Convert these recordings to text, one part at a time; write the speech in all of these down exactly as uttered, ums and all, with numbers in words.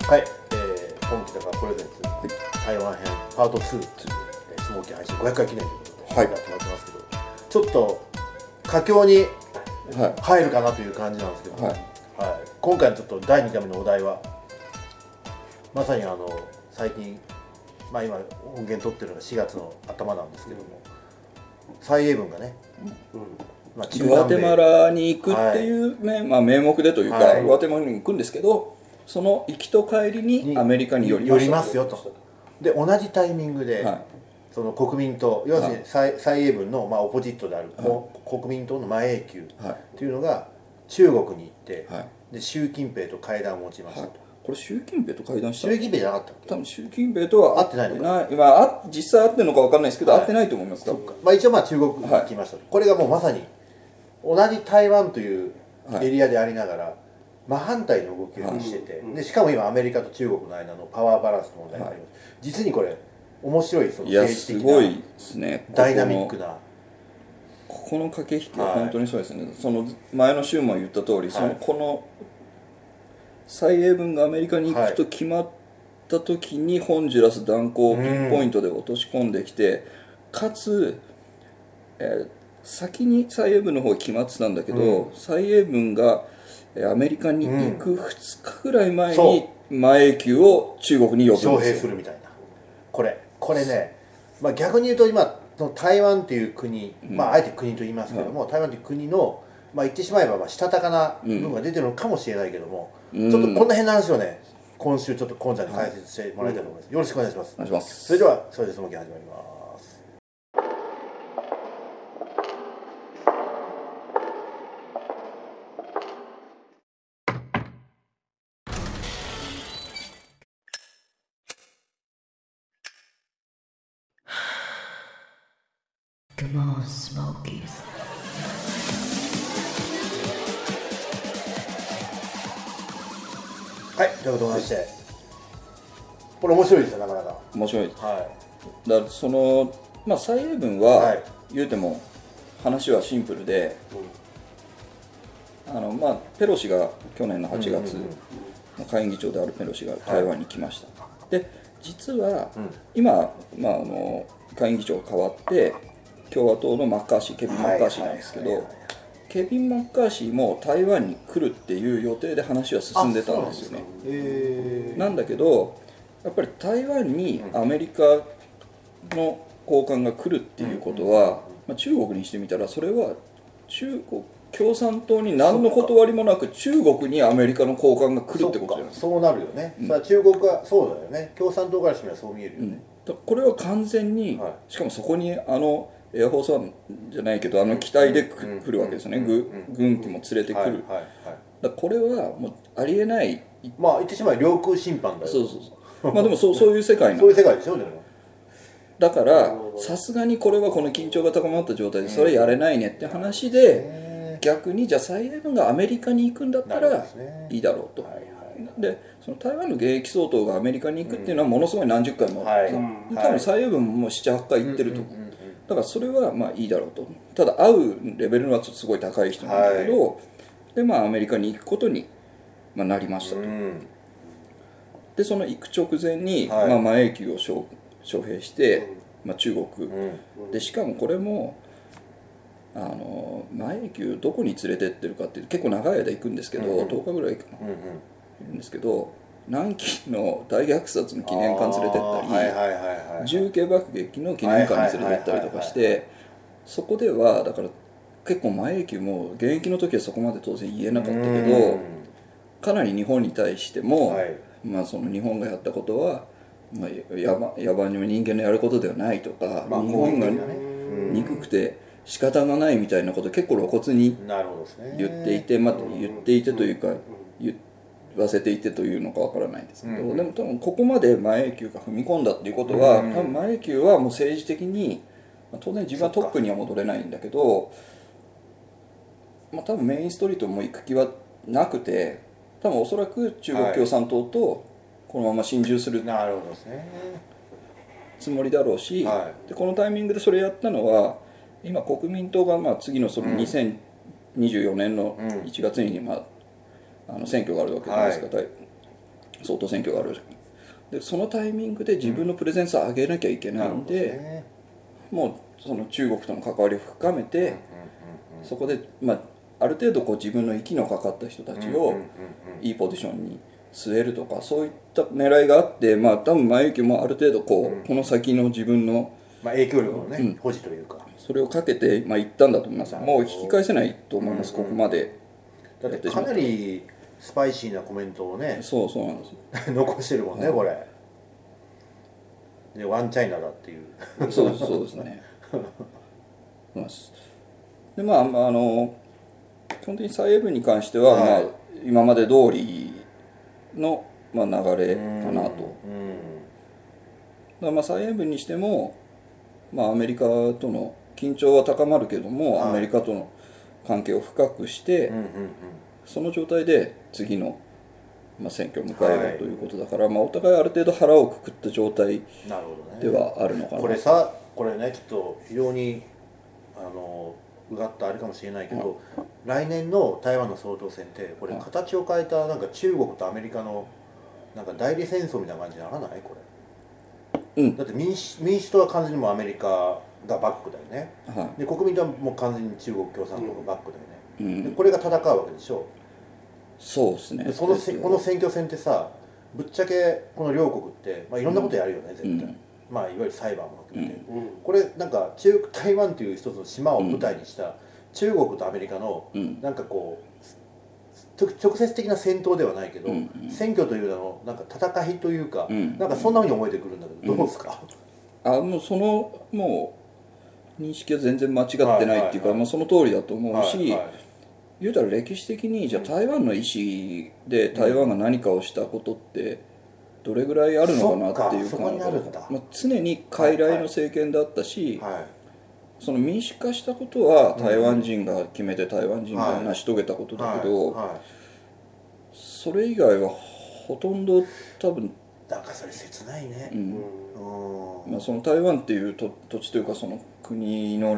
はい、えー、今期だからプレゼンツ、はい、台湾編パートツー、えー、スモーキー配信ごひゃっかい記念ということで、はい、やってもらってますけど、ちょっと佳境に入るかなという感じなんですけど、はいはい、今回のちょっとだいにかいめのお題はまさにあの最近、まあ、今音源取ってるのがしがつの頭なんですけども、蔡英文がね、うんまあ、グアテマラに行くっていう、ねはいまあ、名目でというか、はい、グアテマラに行くんですけど、その行きと帰りにアメリカに寄りま寄りますよと。で同じタイミングで、はい、その国民党要するに蔡英文の、まあ、オポジットである、はい、国民党の馬英九というのが中国に行って、はい、で習近平と会談を持ちましたと、はい、 これ習近平と会談した習近平じゃなかったっけ。 多分習近平とは会ってないのかな、 まあ、実際会ってるのか分かんないですけど、はい、会ってないと思います。 そっか、まあ、一応まあ中国に行きましたと、はい、これがもうまさに同じ台湾というエリアでありながら、はい、真反対の動きをしてて、はい、でしかも今アメリカと中国の間のパワーバランスの問題があります、はい、実にこれ面白いその政治的なダイナミックなここの駆け引きは本当にそうですね、はい、その前の週も言った通り、はい、そのこの蔡英文がアメリカに行くと決まった時にホンジュラス断交をピンポイントで落とし込んできて、うん、かつ、えー先に蔡英文の方が決まってたんだけど、うん、蔡英文がアメリカに行くふつかぐらい前に馬英九を中国に呼ぶんですよ。 招聘するみたいな。これこれね、まあ、逆に言うと今その台湾っていう国、うん、まああえて国と言いますけども、うん、台湾という国の、まあ、言ってしまえばまあしたたかな部分が出てるのかもしれないけども、うん、ちょっとこんな辺の話をね今週ちょっとコンちゃんに解説してもらいたいと思います、うん、よろしくお願いします。 お願いします。 それではそれでその気始まります。 Come on, Smokies. はい、ということでまして、これ面白いですよ、なかなか。 面白いです。はい。だからそのまあ蔡英文は、はい、言うても話はシンプルで、うん、あのまあペロシが去年のはちがつ、うんうんうん、下院議長であるペロシが台湾に来ました。はい、で実は、うん、今まああの下院議長が変わって。共和党のマッカーシー、ケビン・マッカーシーなんですけど、ケビン・マッカーシーも台湾に来るっていう予定で話は進んでたんですよね。へー。なんだけどやっぱり台湾にアメリカの高官が来るっていうことは、まあ、中国にしてみたらそれは中国共産党に何の断りもなく中国にアメリカの高官が来るってことじゃないですか。 そうなるよね、うん、それは中国はそうだよね、共産党からしてみればそう見えるよね、 うん、これは完全に、はい、しかもそこにあのエアフォースワンじゃないけどあの機体で来るわけですよね、軍機も連れてくる、だこれはもうありえない、 まあ言ってしまえば領空侵犯だよ。 そうそうそうまあでもそうそういう世界なんそういう世界でしょね。 だからさすがにこれはこの緊張が高まった状態でそれやれないねって話で、逆にじゃあ蔡英文がアメリカに行くんだったらいいだろうと。でその台湾の現役総統がアメリカに行くっていうのはものすごい何十回もあって、多分蔡英文ももうななはちかい行ってると思う。だからそれはまあいいだろうと。ただ会うレベルはすごい高い人なんだけど、はい、でまあアメリカに行くことに、まあ、なりましたと、うん、でその行く直前に、はいまあ、馬英九を招聘して、まあ、中国、うん、でしかもこれもあの馬英九どこに連れてってるかって結構長い間行くんですけど、うん、とおかぐらいかな、うんうん、いるんですけど南京の大虐殺の記念館連れてったり重慶爆撃の記念館に連れてったりとかしてそこではだから結構馬英九も現役の時はそこまで当然言えなかったけどかなり日本に対しても、はいまあ、その日本がやったことは、まあ、野蛮にも人間のやることではないとか、まあ、日本が憎くて仕方がないみたいなことを結構露骨に言っていて、まあ、言っていてというか言って言わせていてというのかわからないんですけど、うん、でも多分ここまで馬英九が踏み込んだっていうことは、うん、多分馬英九はもう政治的に、まあ、当然自分はトップには戻れないんだけど、まあ、多分メインストリートも行く気はなくて多分おそらく中国共産党とこのまま心中するつもりだろうし、はい、でこのタイミングでそれやったのは今国民党がまあ次のそのにせんにじゅうよねんのいちがつにまああの選挙があるわけじゃないですか、はい、 総統選挙があるじゃん。でそのタイミングで自分のプレゼンスを上げなきゃいけないんで、ね、もうその中国との関わりを深めて、そこで、まあ、ある程度こう自分の息のかかった人たちをいいポジションに据えるとか、そういった狙いがあって、まあ多分前行きもある程度こう、うん、この先の自分の、 まあ、影響力のね、うん、保持というかそれをかけて、まあ、行ったんだと思います。もう引き返せないと思います、うんうん、ここまでだってかなりスパイシーなコメントをねそうそうなんです残してるもんね、うん、これでワンチャイナだっていうそうそうですねでまあ、まあ、あの基本的に蔡英文に関しては、はい、まあ、今まで通りの、まあ、流れかなと。だまあ蔡英文にしても、まあ、アメリカとの緊張は高まるけども、はい、アメリカとの関係を深くして、うんうんうん、その状態で次の、まあ、選挙を迎えるということだから、はい、まあ、お互いある程度腹をくくった状態ではあるのかな。 なるほどね。これさ、これねちょっと非常にあのうがったあれかもしれないけど、はい、来年の台湾の総統選ってこれ形を変えたなんか中国とアメリカのなんか代理戦争みたいな感じにならないこれ、うん、だって民主、民主党は完全にもうアメリカがバックだよね、はい、で国民党はもう完全に中国共産党がバックだよね、うん、でこれが戦うわけでしょ。 そうですね。 でそのせこの選挙戦ってさ、ぶっちゃけこの両国って、まあ、いろんなことやるよね、うん、絶対、うん、まあ、いわゆる裁判も含めて、うん、これなんか中国台湾という一つの島を舞台にした中国とアメリカの、うん、なんかこう直接的な戦闘ではないけど、うんうん、選挙というのなんか戦いというか、うん、なんかそんなふうに思えてくるんだけど、うん、どうですか。 あもうそのもう認識は全然間違ってないっていうか、はいはいはい、まあ、その通りだと思うし、はいはい、言うたら歴史的にじゃあ台湾の意思で台湾が何かをしたことってどれぐらいあるのかなっていう感じ、まあ、常に傀儡の政権だったし、はいはい、その民主化したことは台湾人が決めて台湾人が成し遂げたことだけど、はいはいはい、それ以外はほとんど多分なんかそれ切ないね、 うん、まあ、その台湾っていうと土地というかその国の、うん、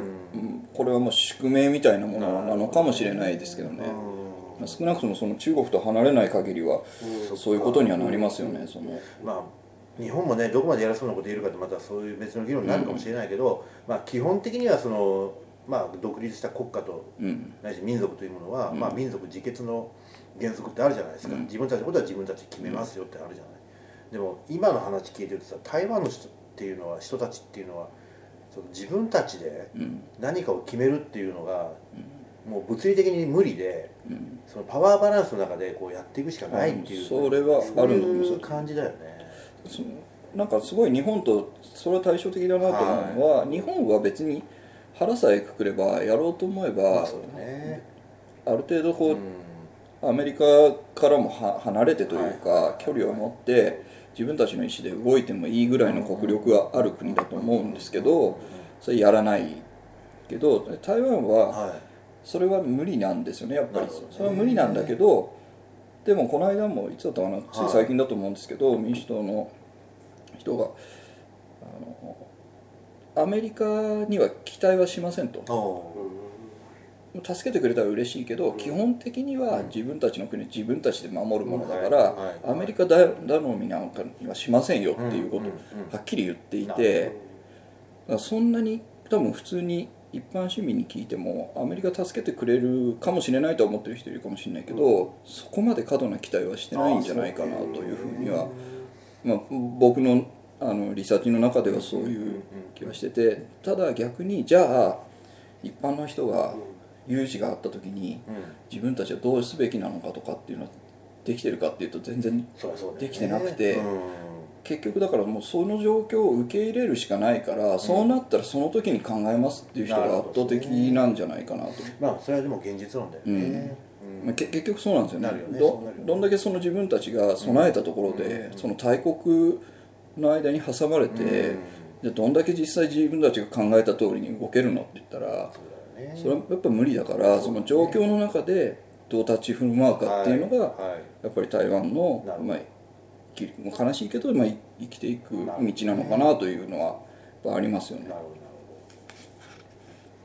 これはもう宿命みたいなものなのかもしれないですけどね、まあ、少なくともその中国と離れない限りはそういうことにはなりますよね、そのまあ日本もねどこまでやらそうなこと言えるかってまたそういう別の議論になるかもしれないけど、うん、まあ、基本的にはその、まあ、独立した国家と、うん、ないし民族というものは、うん、まあ、民族自決の原則ってあるじゃないですか、うん、自分たちのことは自分たちで決めますよってあるじゃない。でも今の話聞いてるとさ、台湾の人っていうのは人たちっていうのはその自分たちで何かを決めるっていうのが、うん、もう物理的に無理で、うん、そのパワーバランスの中でこうやっていくしかないっていう、 それはあるそういう感じだよね。 なんかすごい日本とそれは対照的だなと思うのは、はい、日本は別に腹さえくくればやろうと思えば、まあそうね、ある程度こう、うん、アメリカからもは離れてというか、はい、距離を持って自分たちの意思で動いてもいいぐらいの国力がある国だと思うんですけど、それやらないけど台湾はそれは無理なんですよね、やっぱり。それは無理なんだけど、でもこの間もいつだったかな、つい最近だと思うんですけど、民主党の人があのアメリカには期待はしませんと。助けてくれたら嬉しいけど、基本的には自分たちの国自分たちで守るものだから、アメリカ頼みなんかにはしませんよっていうことをはっきり言っていて、そんなに多分普通に一般市民に聞いてもアメリカ助けてくれるかもしれないと思ってる人いるかもしれないけど、そこまで過度な期待はしてないんじゃないかなというふうには、まあ、僕のあのリサーチの中ではそういう気はしてて、ただ逆にじゃあ一般の人が有事があった時に自分たちはどうすべきなのかとかっていうのはできてるかっていうと全然できてなくて、結局だからもうその状況を受け入れるしかないから、そうなったらその時に考えますっていう人が圧倒的なんじゃないかなと。 まあそれはでも現実論だよね。 まあ、結局そうなんですよね。ど, どんだけその自分たちが備えたところで、その大国の間に挟まれて、じゃどんだけ実際自分たちが考えた通りに動けるのって言ったら、それはやっぱ無理だから、その状況の中でどう立ち振る舞うかっていうのがやっぱり台湾の、まあ、悲しいけど、まあ、生きていく道なのかなというのはやっぱありますよね。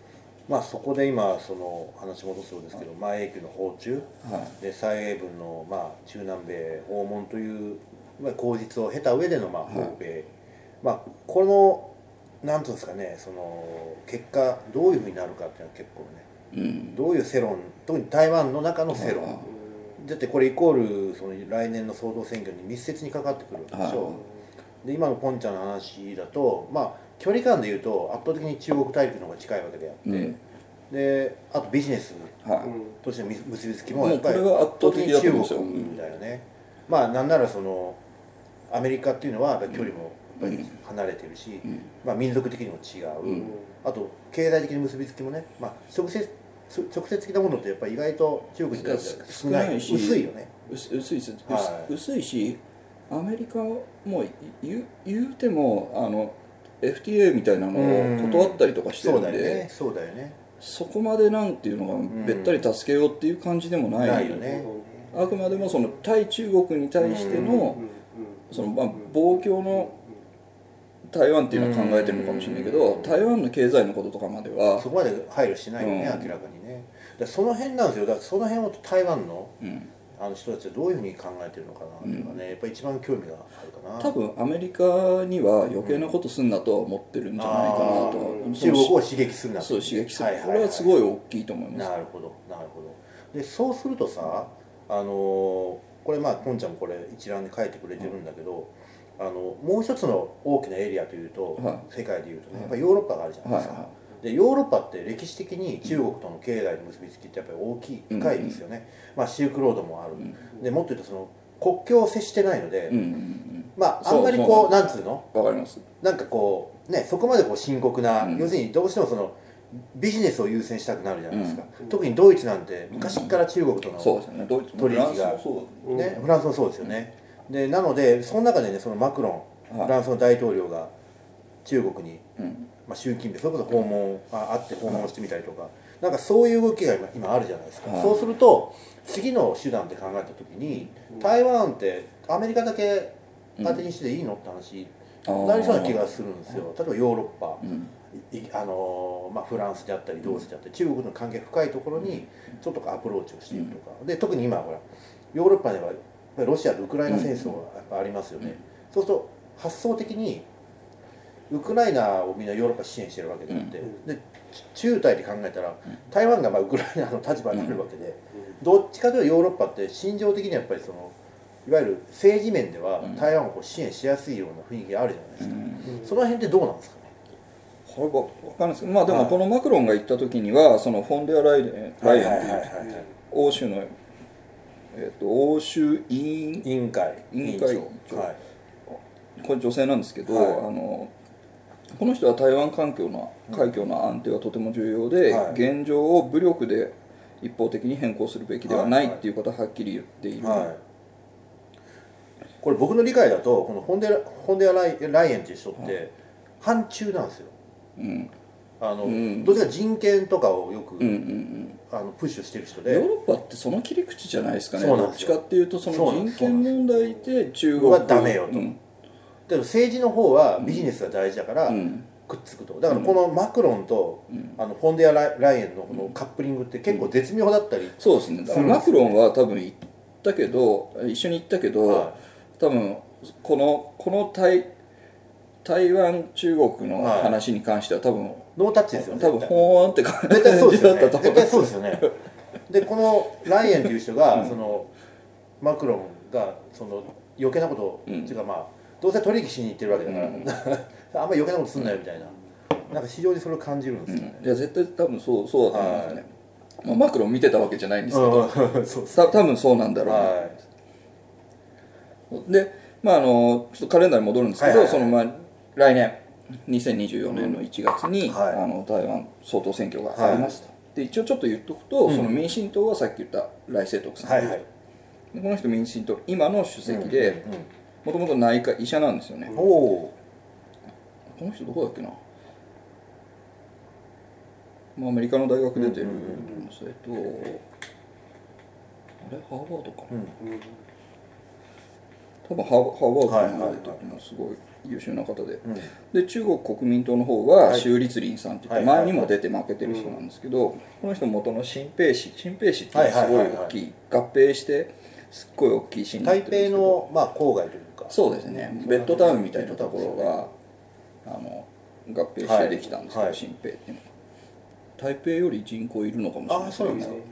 まあそこで今その話戻すようですけど、まあ永久の訪中、 はで蔡英文のまあ中南米訪問というまあ口実を経た上でのまあ訪米、まあこのなんていうんですかね、その結果どういうふうになるかっていうのは結構ね、 い、うん、 どういう世論、特に台湾の中の世論、だってこれイコールその来年の総統選挙に密接にかかってくるわけでしょう。で今のポンちゃんの話だと、まあ距離感でいうと圧倒的に中国大陸の方が近いわけであって、 うん、 であとビジネスはいとしての結びつきもやっぱりもうこれは圧倒的だと思うんですよ中国だよね。まあなんならそのアメリカっていうのはやっぱり距離もやっぱり離れてるし、 うん、 まあ、民族的にも違う、 うん、 あと経済的に結びつきもね、まあ、直接直接的なものってやっぱり意外と中国にとっては少ないし薄いよね。 薄薄いです、 はい、 薄いしアメリカも言う言うてもあの エフティーエー みたいなのを断ったりとかしてるんで、 そうだよね、そうだよね。 そこまでなんていうのがべったり助けようっていう感じでもない、 ないよね。 あくまでもその対中国に対してのそのまあ暴挙の台湾っていうのは考えてるのかもしれないけど、台湾の経済のこととかまではそこまで配慮しないよね、 うん、 明らかにね。でその辺なんですよ。だからその辺を台湾の、 うん、 あの人たちはどういうふうに考えてるのかなっていうのがね、やっぱり一番興味があるかな。 多分アメリカには余計なことすんなとは思ってるんじゃないかなと、 うん、中国を刺激するなそう刺激する、 はいはいはい、 これはすごい大きいと思います。 なるほどなるほど。でそうするとさ、あのー、これまあポンちゃんもこれ一覧で書いてくれてるんだけど、あのもう一つの大きなエリアというと、はい、世界でいうとね、やっぱりヨーロッパがあるじゃないですか、はいはい、でヨーロッパって歴史的に中国との経済の結びつきってやっぱり大きい深いですよね、うん、まあ、シルクロードもある、うん、でもっと言うとその国境を接してないので、うんうんうん、まああんまりこうなんつうのわかります、 なんかこうねそこまでこう深刻な、うん、要するにどうしてもそのビジネスを優先したくなるじゃないですか、うん、特にドイツなんて昔から中国との取引が、ね、フランスもそうですよね、でなのでその中でねそのマクロン、はい、フランスの大統領が中国に、うん、まあ、習近平それこそ訪問ああって訪問してみたりとか、なんかそういう動きが 今, 今あるじゃないですか、はい、そうすると次の手段って考えた時に台湾ってアメリカだけ当てにしていいのって話になりそうな気がするんですよ。例えばヨーロッパ、うん、あのまあ、フランスであったりドイツであったり中国との関係深いところにちょっとアプローチをしているとか、うん、で特に今ほらヨーロッパではロシアとウクライナ戦争がやっぱありますよね、うん、そうすると発想的にウクライナをみんなヨーロッパ支援してるわけであって、うん、で中台で考えたら台湾がまあウクライナの立場になるわけで、うん、どっちかというとヨーロッパって心情的にはやっぱりそのいわゆる政治面では台湾をこう支援しやすいような雰囲気があるじゃないですか、うん、その辺ってどうなんですかね。 これは分かんないですけど、まあでもこのマクロンが言った時にはそのフォンデアライエンという欧州のえー、と欧州委員委員会委員会長、はい、これ女性なんですけど、はい、あのこの人は台湾環境の海峡の安定はとても重要で、はい、現状を武力で一方的に変更するべきではないっていうことははっきり言っている、はいはい、 これ僕の理解だとこのフォンデア、フォンデアライライエンっていう人って反中なんですよ、うん、あの、うん、どうせか人権とかをよく、うんうんうん、あのプッシュしてる人で、 ヨーロッパってその切り口じゃないですかね。どっちかっていうとその人権問題で中国はダメよと、うん、でも政治の方はビジネスが大事だからくっつくと、だからこのマクロンと、うん、あのフォンデアライエンのこのカップリングって結構絶妙だったり、うん、 そうですね。だからマクロンは多分行ったけど一緒に行ったけど、はい、多分このこの台台湾中国の話に関しては多分、はい、 ノータッチですよね。 多分ほーんって感じだったと思う。 絶対そうですよね。でこのライエンという人が、うん、そのマクロンがその余計なことを、うん、っていうかまあどうせ取引しに行ってるわけだから、うん、あんまり余計なことすんなよみたいな、なんか非常にそれを感じるんですよね、 うん、いや絶対多分そうそうだと思いますね、はい、まあ、マクロン見てたわけじゃないんですけど、うん、そうですね、た多分そうなんだろうな、はい、でまああのちょっとカレンダーに戻るんですけど、はいはいはい、そのまあ来年にせんにじゅうよねんのいちがつに、うん、はい、あの台湾総統選挙がありますと、はい、で一応ちょっと言っとくと、うん、その民進党はさっき言った頼清徳さん、はいはい、でこの人民進党今の主席でもともと内科医者なんですよね、うん、この人どこだっけな、まあ、アメリカの大学出てるんですけど、あれハーバードかな、うん、 多分ハーバードから離れてるのすごい優秀な方で、で中国国民党の方は周立林さんって言って前にも出て負けてる人なんですけど、この人元の新平市新平市っていうのはすごい大きい合併してすっごい大きい市になってるんですけど、 台北のまあ郊外というかそうですね、ベッドタウンみたいなところがあの合併してできたんですけど、新平っていうのは台北より人口いるのかもしれないですね。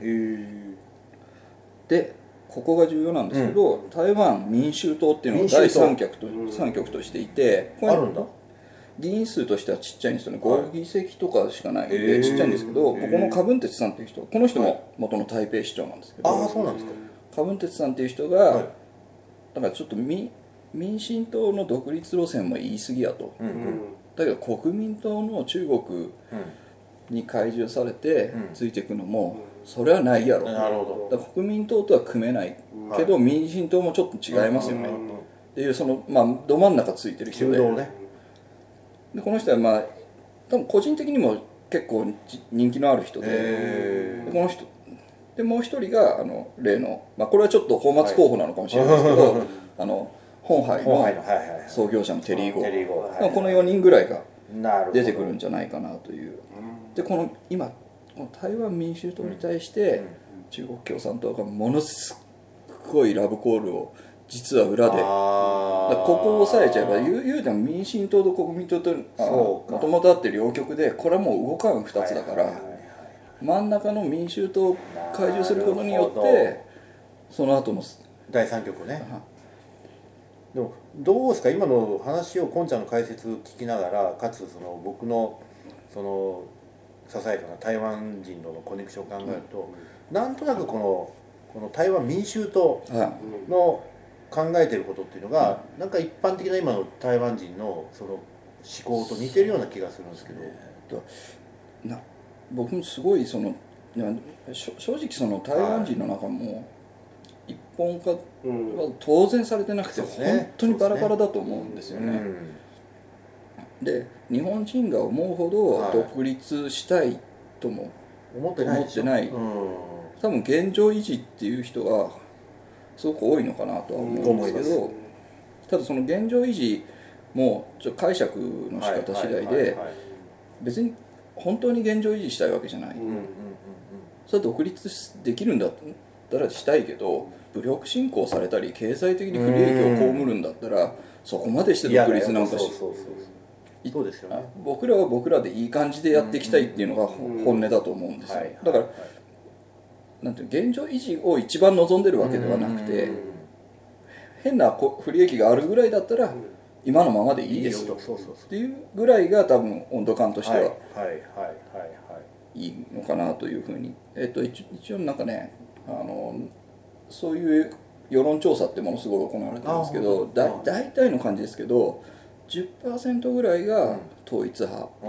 でここが重要なんですけど、うん、台湾民衆党っていうのがだいさん局と、うん、さん局としていて、 これあるんだ。 議員数としてはちっちゃいんですよね、ご議席とかしかないのでちっちゃいんですけど、ここの柯文哲さんっていう人、この人も元の台北市長なんですけど、 ああそうなんですか。 柯文哲さんっていう人が、はい、だからちょっと民民進党の独立路線も言い過ぎやと、うんうん、だけど国民党の中国に懐柔されてついていくのも、それはないやろ、 なるほどだから国民党とは組めないけど、はい、民進党もちょっと違いますよね、うんうんうん、っていうその、まあ、ど真ん中ついてる人で、ね、でこの人はまあ多分個人的にも結構人気のある人で、でこの人でもう一人があの例の、まあ、これはちょっと泡沫候補なのかもしれないですけど、はい、あの本杯の創業者のテリー・ゴー、このよにんぐらいが出てくるんじゃないかなという。でこの今この台湾民衆党に対して中国共産党がものすごいラブコールを実は裏で、ここを抑えちゃえば言う言うても民進党と国民党ともともとあって両極で、これはもう動かんふたつだから、真ん中の民衆党を懐柔することによってその後のだいさん局ね。でもどうですか、今の話をこんちゃんの解説聞きながら、かつその僕のそのささやかな台湾人とのコネクションを考えると、うん、なんとなくこのこの台湾民衆党の考えてることっていうのが、うん、なんか一般的な今の台湾人のその思考と似てるような気がするんですけど、 な僕もすごいその正直その台湾人の中も一本化は当然されてなくて、本当にバラバラだと思うんですよね。で日本人が思うほど独立したいとも思ってない、多分現状維持っていう人はすごく多いのかなとは思うんですけど、ただその現状維持もちょっと解釈の仕方次第で、別に本当に現状維持したいわけじゃない、それは独立できるんだったらしたいけど、武力侵攻されたり経済的に不利益を被るんだったらそこまでして独立なんかしそうですよね、 僕らは僕らでいい感じでやっていきたいっていうのが本音だと思うんですよ。だからなんていう現状維持を一番望んでるわけではなくて、変な不利益があるぐらいだったら今のままでいいですよっていうぐらいが多分温度感としてはいいのかなというふうに、えっと一応なんかね、あのそういう世論調査ってものすごい行われてるんですけど、だ大体の感じですけどじゅっパーセント ぐらいが統一派、うん、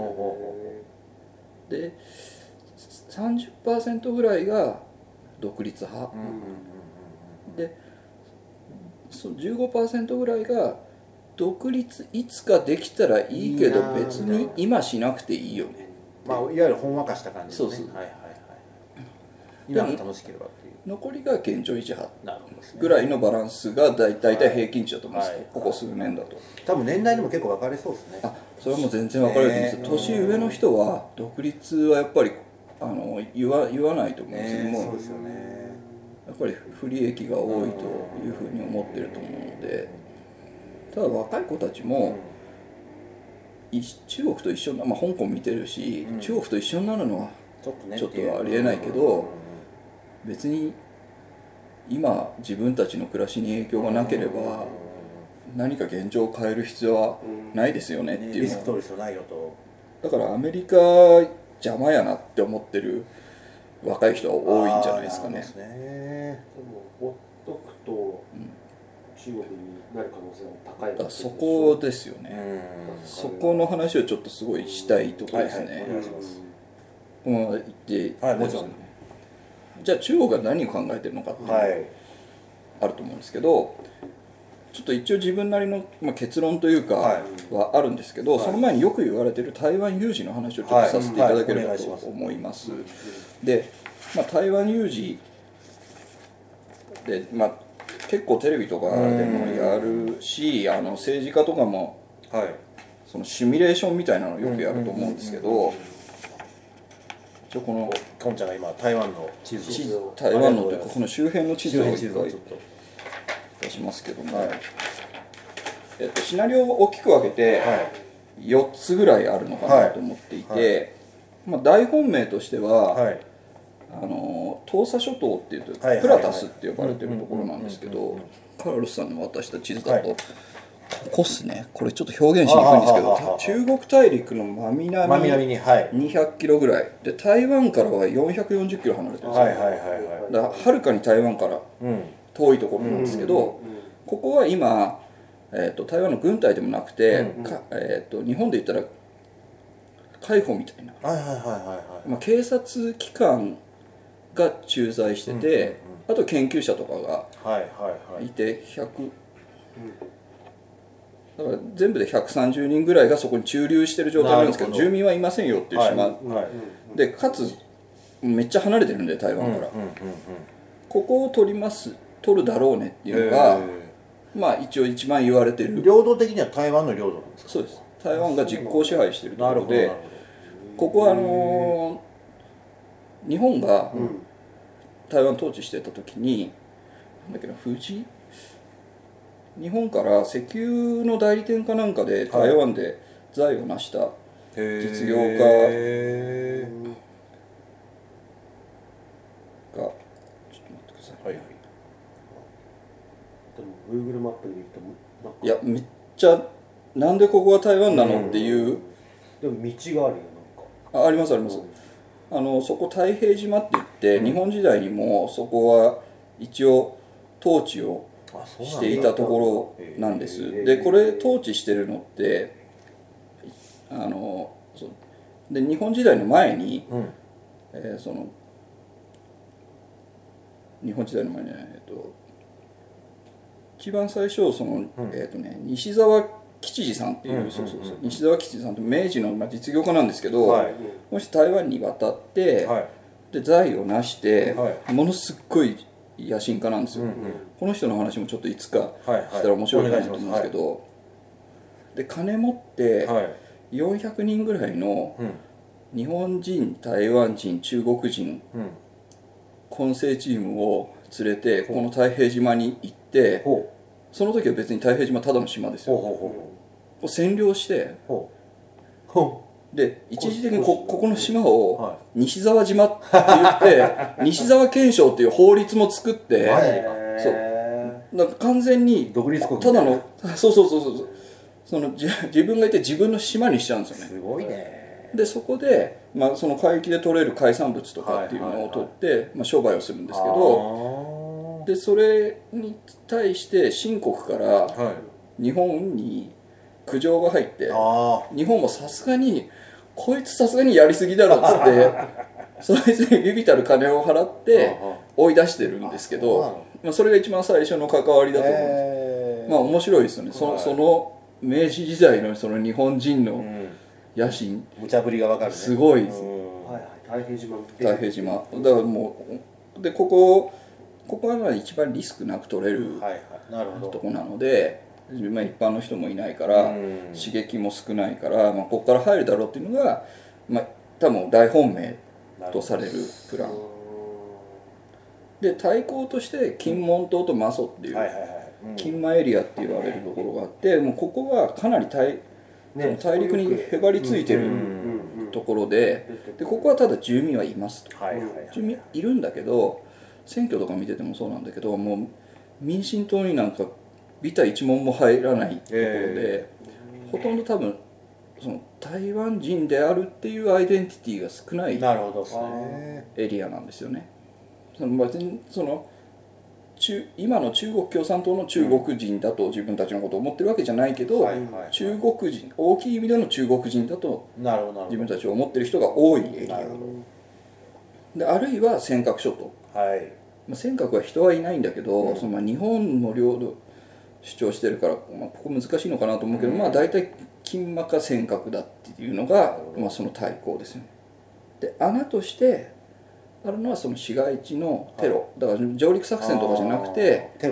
で さんじゅっパーセント ぐらいが独立派、うんうんうんうん、でそう じゅうごパーセント ぐらいが独立いつかできたらいいけど別に今しなくていいよね、 まあ、いわゆるほんわかした感じですね。そうそう、はいはいはい、今が楽しければっていう。 残りが現状維持派ぐらいのバランスが大体平均値だと思うんです、はい、ここ数年だと。 多分年代でも結構分かれそうですね。 あ、それはもう全然分かれると思うんです。年上の人は独立はやっぱりあの 言わ、言わないと思うんですけども、 そうですよね、 やっぱり不利益が多いというふうに思ってると思うので、ただ若い子たちも、うん、中国と一緒な、まあ、香港見てるし、うん、中国と一緒になるのはちょっと、ね、ちょっとありえないけど、別に今自分たちの暮らしに影響がなければ何か現状を変える必要はないですよねっていうの、 リスク取る必要ないよと。 だからアメリカ邪魔やなって思ってる若い人は多いんじゃないですかね。 でもほっとくと中国になる可能性が高いわけでしょ。 そこですよね。そこの話をちょっとすごいしたいところですね。はいはい、お願いします。この言って、はい、もちろん。じゃあ中国が何を考えてるのかっていうのがあると思うんですけど、ちょっと一応自分なりの、まあ、結論というかはあるんですけど、はい、その前によく言われている台湾有事の話をちょっとさせていただければと思います。で、まあ、台湾有事で、まあ、 結構テレビとかでもやるし、あの政治家とかも、 はい、 そのシミュレーションみたいなのよくやると思うんですけど、一応このコンちゃんが今台湾の地図を台湾のというかこの周辺の地図を周辺地図をちょっと出しますけども、 はい、 えっと、シナリオを大きく分けてよっつぐらいあるのかなと思っていて、はいはい、まあ、大本命としては、はい、あの東沙諸島っていうと、はいはいはい、プラタスって呼ばれてるところなんですけど、カルロスさんに渡した地図だと、はい、ここっすね、これちょっと表現しにくいんですけど、中国大陸の真南ににひゃくキロぐらいで、台湾からはよんひゃくよんじゅっキロ離れてるんですよ。だからはるかに台湾から遠いところなんですけど、ここは今、えー、と台湾の軍隊でもなくて、うんうん、かえー、と日本で言ったら海保みたいな、まあ、警察機関が駐在してて、うんうんうん、あと研究者とかがいてひゃく、だから全部でひゃくさんじゅうにんぐらいがそこに駐留してる状態なんですけど、住民はいませんよっていう島、はいはい、でかつめっちゃ離れてるんで台湾から、うんうんうんうん、ここを取ります取るだろうねっていうのが、まあ一応一番言われてる。 領土的には台湾の領土なんですか？ そうです。台湾が実効支配しているところで、ここはあのー、日本が台湾統治してた時に、なんだっけな、富士日本から石油の代理店かなんかで台湾で財を成した実業家が、ちょっと待ってください。はいはい。 Google マップで見るとなんかいやめっちゃなんでここが台湾なのっていう、うん、 でも道があるよなんかあ, ありますあります、うん、あのそこ太平島って言って、うん、日本時代にもそこは一応統治をしていたところなんです。でこれ統治してるのってあのそうで日本時代の前に、うん、えー、その日本時代の前に、えっと一番最初その、うん、えーとね、西澤吉次さんっていう、うん、そうそうそう、西澤吉次さんって明治の、まあ、実業家なんですけど、はい、もし台湾に渡って、はい、で財を成して、はい、ものすっごい野心家なんですよ、うんうん、この人の話もちょっといつかしたら面白いかなと思うんですけど、はいはい、で金持ってよんひゃくにんぐらいの日本人、台湾人、中国人、うん、混成チームを連れてこの太平島に行って、その時は別に太平島ただの島ですよ。ほうほうほう、占領してほうほうで一時的に こ, ここの島を西沢島って言って西沢憲章っていう法律も作って、そうだから完全に独立国ただのそうそうそうそうその自分がいて自分の島にしちゃうんですよね。 すごいね。 でそこで、まあ、その海域で取れる海産物とかっていうのを取って、はいはいはい、まあ、商売をするんですけど、でそれに対して清国から日本に苦情が入って、はい、日本もさすがにこいつさすがにやりすぎだろっつってそいつにビビたる金を払って追い出してるんですけど、まあ、それが一番最初の関わりだと思うんです。まあ面白いですよね、はい、そ, その明治時代のその日本人の野心、 うん、無茶ぶりが分かるね。 すごいです、 はいはい、太平島太平島だからもうでここここは一番リスクなく取れるとこなので、まあ、一般の人もいないから刺激も少ないから、まあ、ここから入るだろうっていうのが、まあ、多分大本命とされるプランで、対抗として金門島と馬祖っていう金馬エリアって言われるところがあって、もうここはかなり 大, ね、大陸にへばりついてるところで、でここはただ住民はいますと、住民いるんだけど選挙とか見ててもそうなんだけど、もう民進党になんかビタ一問も入らないところで、えー、ほとんど多分その台湾人であるっていうアイデンティティが少ないエリアなんですよね。その別にその中今の中国共産党の中国人だと自分たちのことを思ってるわけじゃないけど、はいはいはい、中国人大きい意味での中国人だと自分たちを思ってる人が多いエリアで、あるいは尖閣諸島、はい、まあ、尖閣は人はいないんだけど、うん、そのまあ日本の領土主張してるから、まあ、ここ難しいのかなと思うけど、うん、まあ大体金馬か尖閣だっていうのが、まあ、その対抗ですよね。で穴としてあるのはその市街地のテロ、はい、だから上陸作戦とかじゃなくてテロね、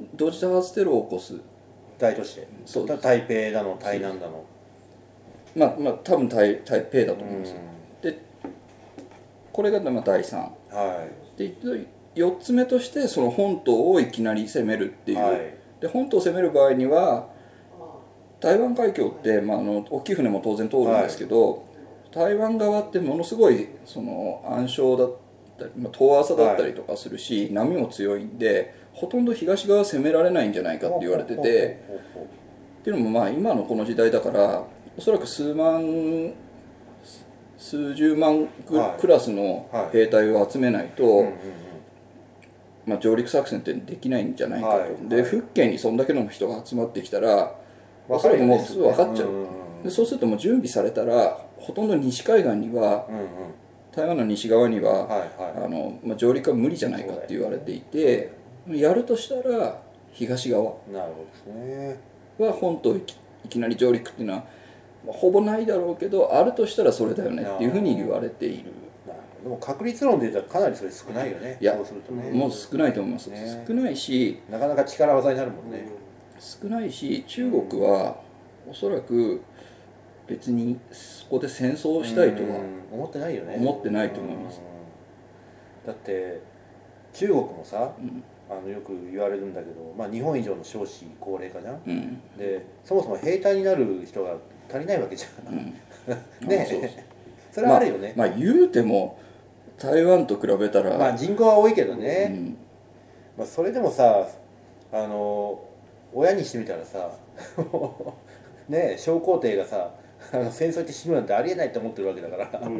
同時多発テロを起こす大都市で、 そうです台北だの台南だの、 まあまあ多分台台北だと思います、でこれがまあだいさんはでよっつめとしてその本島をいきなり攻めるっていう、 はいで本島を攻める場合には台湾海峡って、まあ、あの大きい船も当然通るんですけど、台湾側ってものすごいその暗礁だったり、まあ、遠浅だったりとかするし、波も強いんでほとんど東側は攻められないんじゃないかって言われてて、っていうのもまあ今のこの時代だからおそらく数万数十万ク,、 はいクラスの兵隊を集めないと、 うんうんうんまあ、上陸作戦ってできないんじゃないかと、 はいで福建にそんだけの人が集まってきたらお分かるよねそらくもうすぐ分かっちゃう、 うんうんうんでそうするともう準備されたらほとんど西海岸にはうんうん台湾の西側には、 はいはいあのまあ、上陸は無理じゃないかって言われていて、やるとしたら東側なるほどですね。 は本島いきいきなり上陸っていうのは、まあほぼないだろうけどあるとしたらそれだよねっていうふうに言われている。 なるほど。でも確率論で言ったらかなりそれ少ないよね。 いやそうするとね。 もう少ないと思います、 ね少ないしなかなか力技になるもんね。 少ないし中国はおそらく別にそこで戦争をしたいとはうん思ってないよね。 思ってないと思います。 うんだって中国もさ、 うんあのよく言われるんだけど、まあ日本以上の少子高齢化じゃん。 うんでそもそも兵隊になる人が足りないわけじゃん。 うんねそうそうそれはあるよね。 まあ、まあ言うても台湾と比べたら、 まあ人口は多いけどね。 うんまあ、それでもさあの親にしてみたらさねえ小皇帝がさあの戦争行って死ぬなんてありえないって思ってるわけだから、 うん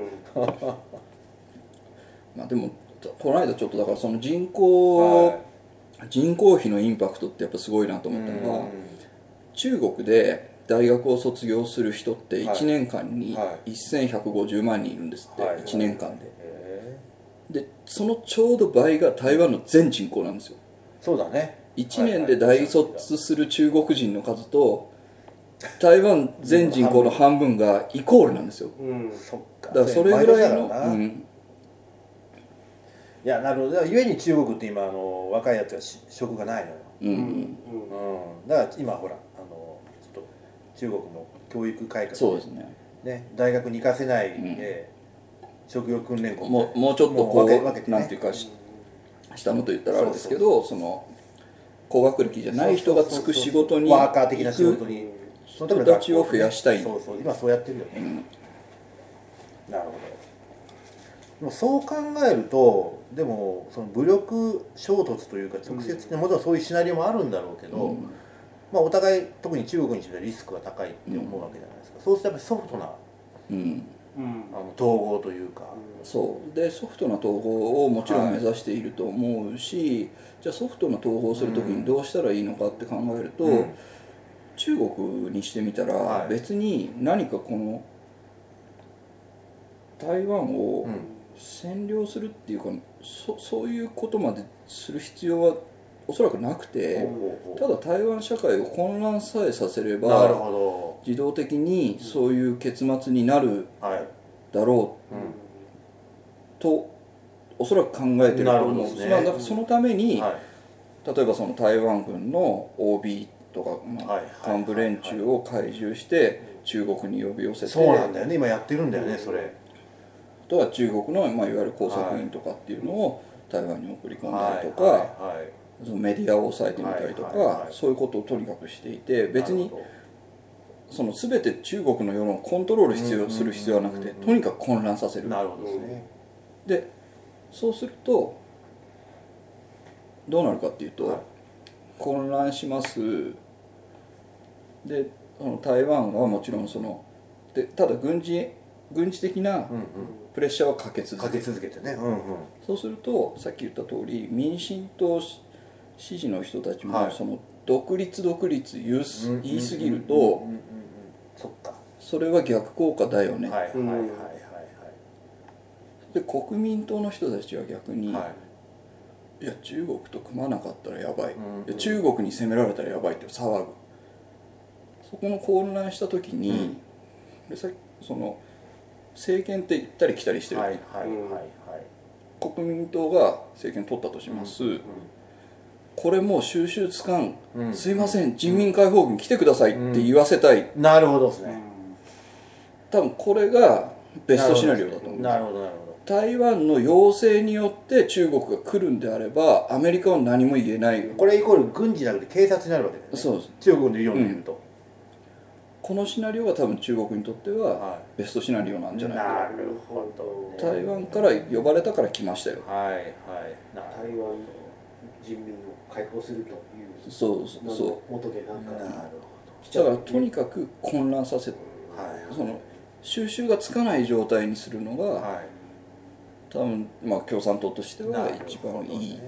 まあでもこの間ちょっとだからその人口、 は人口比のインパクトってやっぱすごいなとい思ったのは、 うん中国で大学を卒業する人っていちねんかんにはせんひゃくごじゅうまん人いるんですって、 はいいちねんかんでへでそのちょうど倍が台湾の全人口なんですよ。 ーそうだねいちねんで大卒する中国人の数と台湾全人口の半分がイコールなんですよ。 うんそっかだからそれぐらい毎年の、 だからな、いうん、 やなるほどゆえに中国って今あの若いやつがし職がないのよ、 うんうんうん、だから今ほらあのちょっと中国の教育改革そうですね。 ね大学に行かせないで、職業訓練校もうもうちょっとこもう分けう、 分けてねなんていうかし下のと言ったらあれですけど、その高学歴じゃない人がつく仕事にワーカー的な仕行く事に人たちを増やしたい、 そうそう今そうやってるよね、 うんなるほどでもそう考えるとでもその武力衝突というか直接的なもちろんそういうシナリオもあるんだろうけど、 うんまあ、お互い特に中国にしてはリスクが高いって思うわけじゃないですか、そうするとやっぱりソフトなうん、 うんあの統合というか、 そうでソフトな統合をもちろん目指していると思うし、じゃあソフトな統合をするときにどうしたらいいのかって考えると、 うん中国にしてみたはいら別に何かこの台湾をうん占領するっていうか、そそういうことまでする必要はおそらくなくて、 ほうほうほうただ台湾社会を混乱さえさせれなるばほ自動的にそういう結末になるどはい、 だろうんうとoそらく考えてると思う。 なるほどですねまあだからそのために、 はい例えばその台湾軍の オービー とか、まはいあ、幹部連中を懐柔して中国に呼び寄せて、 そうなんだよね今やってるんだよねそれあとは中国の、まあ、いわゆる工作員とかっていうのを台湾に送り込んだりとか、 はいはいそのメディアを抑えてみたりとか、 はいはいはいそういうことをとにかくしていて、別になるほその全て中国の世論をコントロール必要する必要はなくて、とにかく混乱させる。 どなるほどですね、 でそうするとどうなるかっていうと、 はい混乱しますでその台湾はもちろんそのでただ軍事軍事的なうんうんプレッシャーはかけ続かけける、 続けてねうんうんそうするとさっき言った通り民進党支持の人たちはいもその独立独立言うすうん言い過ぎるとうんうんうんうんそっかそれは逆効果だよね、 はいはいはいはいで国民党の人たちは逆に、 はいはいいや中国と組まなかったらやばい、 うんうんいや中国に攻められたらやばいって騒ぐ。そこの混乱した時に、でさその政権って行ったり来たりしてる、 はいはいはいはい国民党が政権取ったとします、 これもう収拾つかん、 うん、 すいません人民解放軍来てくださいって言わせたい、 うん、なるほどですね、 多分これがベストシナリオだと思う。 なるほどなるほど。 台湾の要請によって中国が来るんであればアメリカは何も言えない。 これイコール軍事じゃなくて警察になるわけですね。そうです。中国の理論で言うと、うん、 このシナリオは多分中国にとってはベストシナリオなんじゃないかな。 なるほど。 台湾から呼ばれたから来ましたよ。 はいはい。 台湾の人民を解放するという。 そうそうそう。 元でなんか。なるほど。だからとにかく混乱させて、はい、その収拾がつかない状態にするのが、はい、多分まあ共産党としては一番いい。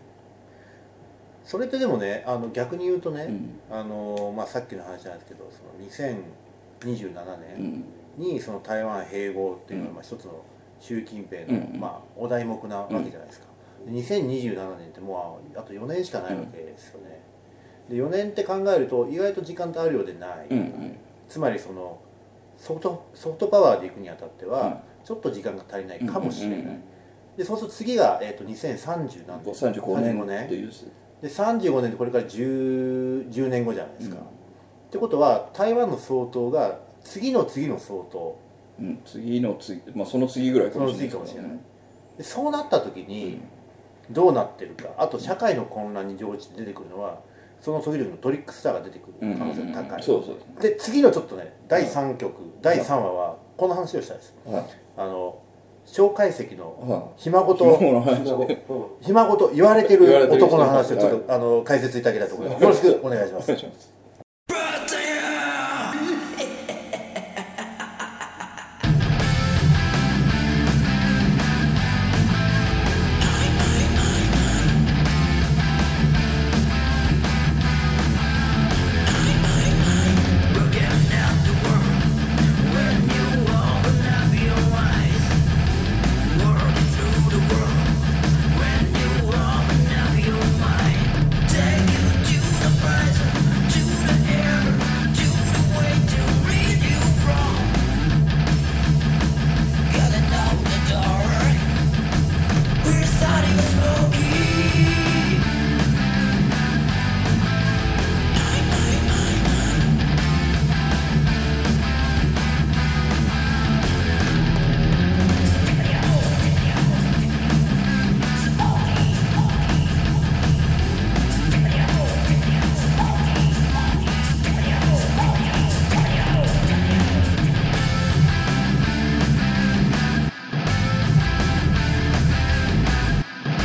それってでもね、あの逆に言うとね、うん、あのまあ、さっきの話なんですけど、そのにせんにじゅうななねんにその台湾併合っていうのはまあ一つの習近平の、うん、まあ、お題目なわけじゃないですか。でにせんにじゅうななねんってもうあとよねんしかないわけですよね。でよねんって考えると意外と時間ってあるようでない、うんうん、つまりそのソフト、ソフトパワーでいくにあたってはちょっと時間が足りないかもしれない、うんうんうん、でそうすると次が、えー、とにせんさんじゅうなんでさんじゅうごねんっていうでさんじゅうごねんでこれから 10, じゅうねんごじゃないですか、うん、ってことは台湾の総統が次の次の総統、 うん、次の次、まあ、その次ぐらいかもしれない、 その次かもしれない、でそうなった時にどうなってるか、あと社会の混乱に乗じて出てくるのはその時々のトリックスターが出てくる可能性が高い。 そうそうで次のちょっとねだいさんきょく、うん、だいさんわはこの話をしたいです、はい、あの蒋介石のひ孫とひ孫と言われてる男の話をちょっと、はい、あの解説いただけたいと思います。よろしくお願いし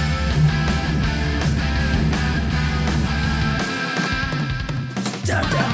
ます。down, down.